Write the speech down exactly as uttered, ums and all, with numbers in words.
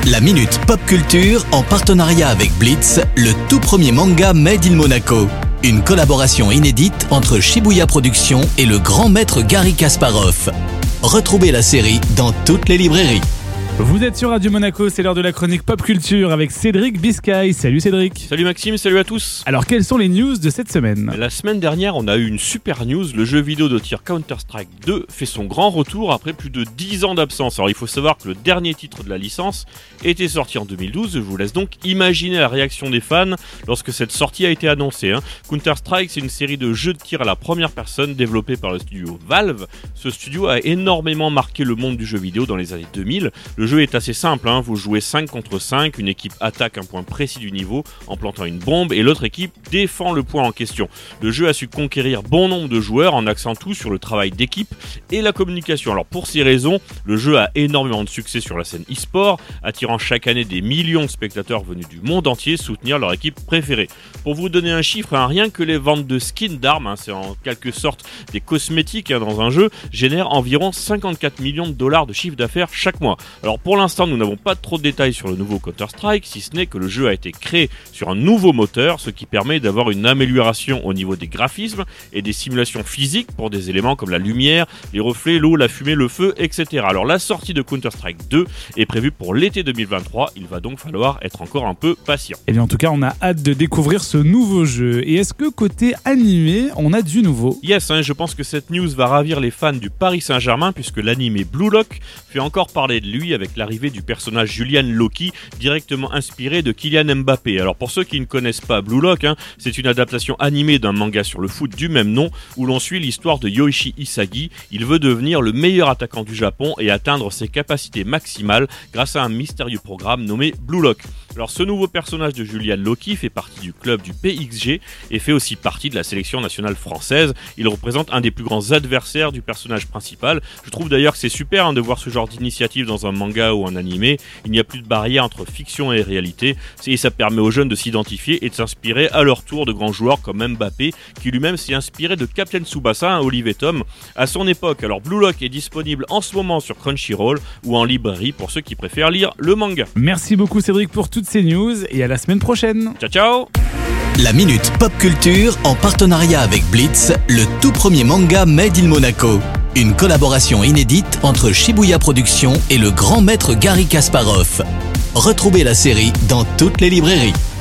La Minute Pop Culture en partenariat avec Blitz, le tout premier manga Made in Monaco. Une collaboration inédite entre Shibuya Productions et le grand maître Garry Kasparov. Retrouvez la série dans toutes les librairies. Vous êtes sur Radio Monaco, c'est l'heure de la chronique Pop Culture avec Cédric Biscay. Salut Cédric. Salut Maxime, salut à tous. Alors quelles sont les news de cette semaine ? La semaine dernière, on a eu une super news. Le jeu vidéo de tir Counter-Strike deux fait son grand retour après plus de dix ans d'absence. Alors il faut savoir que le dernier titre de la licence était sorti en deux mille douze. Je vous laisse donc imaginer la réaction des fans lorsque cette sortie a été annoncée. Hein. Counter-Strike, c'est une série de jeux de tir à la première personne développés par le studio Valve. Ce studio a énormément marqué le monde du jeu vidéo dans les années deux mille. Le jeu est assez simple, hein. Vous jouez cinq contre cinq, une équipe attaque un point précis du niveau en plantant une bombe et l'autre équipe défend le point en question. Le jeu a su conquérir bon nombre de joueurs en axant tout sur le travail d'équipe et la communication. Alors pour ces raisons, le jeu a énormément de succès sur la scène e-sport, attirant chaque année des millions de spectateurs venus du monde entier soutenir leur équipe préférée. Pour vous donner un chiffre, hein, rien que les ventes de skins d'armes, hein, c'est en quelque sorte des cosmétiques hein, dans un jeu, génèrent environ cinquante-quatre millions de dollars de chiffre d'affaires chaque mois. Alors pour l'instant, nous n'avons pas trop de détails sur le nouveau Counter-Strike, si ce n'est que le jeu a été créé sur un nouveau moteur, ce qui permet d'avoir une amélioration au niveau des graphismes et des simulations physiques pour des éléments comme la lumière, les reflets, l'eau, la fumée, le feu, et cetera. Alors la sortie de Counter-Strike deux est prévue pour l'été deux mille vingt-trois, il va donc falloir être encore un peu patient. Et bien en tout cas, on a hâte de découvrir ce nouveau jeu. Et est-ce que côté animé, on a du nouveau ? Yes, hein, je pense que cette news va ravir les fans du Paris Saint-Germain puisque l'animé Blue Lock fait encore parler de lui avec l'arrivée du personnage Julian Loki, directement inspiré de Kylian Mbappé. Alors pour ceux qui ne connaissent pas Blue Lock, hein, c'est une adaptation animée d'un manga sur le foot du même nom, où l'on suit l'histoire de Yoichi Isagi. Il veut devenir le meilleur attaquant du Japon et atteindre ses capacités maximales grâce à un mystérieux programme nommé Blue Lock. Alors ce nouveau personnage de Julian Loki fait partie du club du P X G et fait aussi partie de la sélection nationale française. Il représente un des plus grands adversaires du personnage principal. Je trouve d'ailleurs que c'est super hein, de voir ce genre d'initiative dans un manga ou un animé. Il n'y a plus de barrière entre fiction et réalité et ça permet aux jeunes de s'identifier et de s'inspirer à leur tour de grands joueurs comme Mbappé qui lui-même s'est inspiré de Captain Tsubasa, hein, Olivier Tom, à son époque. Alors Blue Lock est disponible en ce moment sur Crunchyroll ou en librairie pour ceux qui préfèrent lire le manga. Merci beaucoup Cédric pour toutes ces news et à la semaine prochaine. Ciao ciao. La Minute Pop Culture en partenariat avec Blitz, le tout premier manga Made in Monaco. Une collaboration inédite entre Shibuya Productions et le grand maître Garry Kasparov. Retrouvez la série dans toutes les librairies.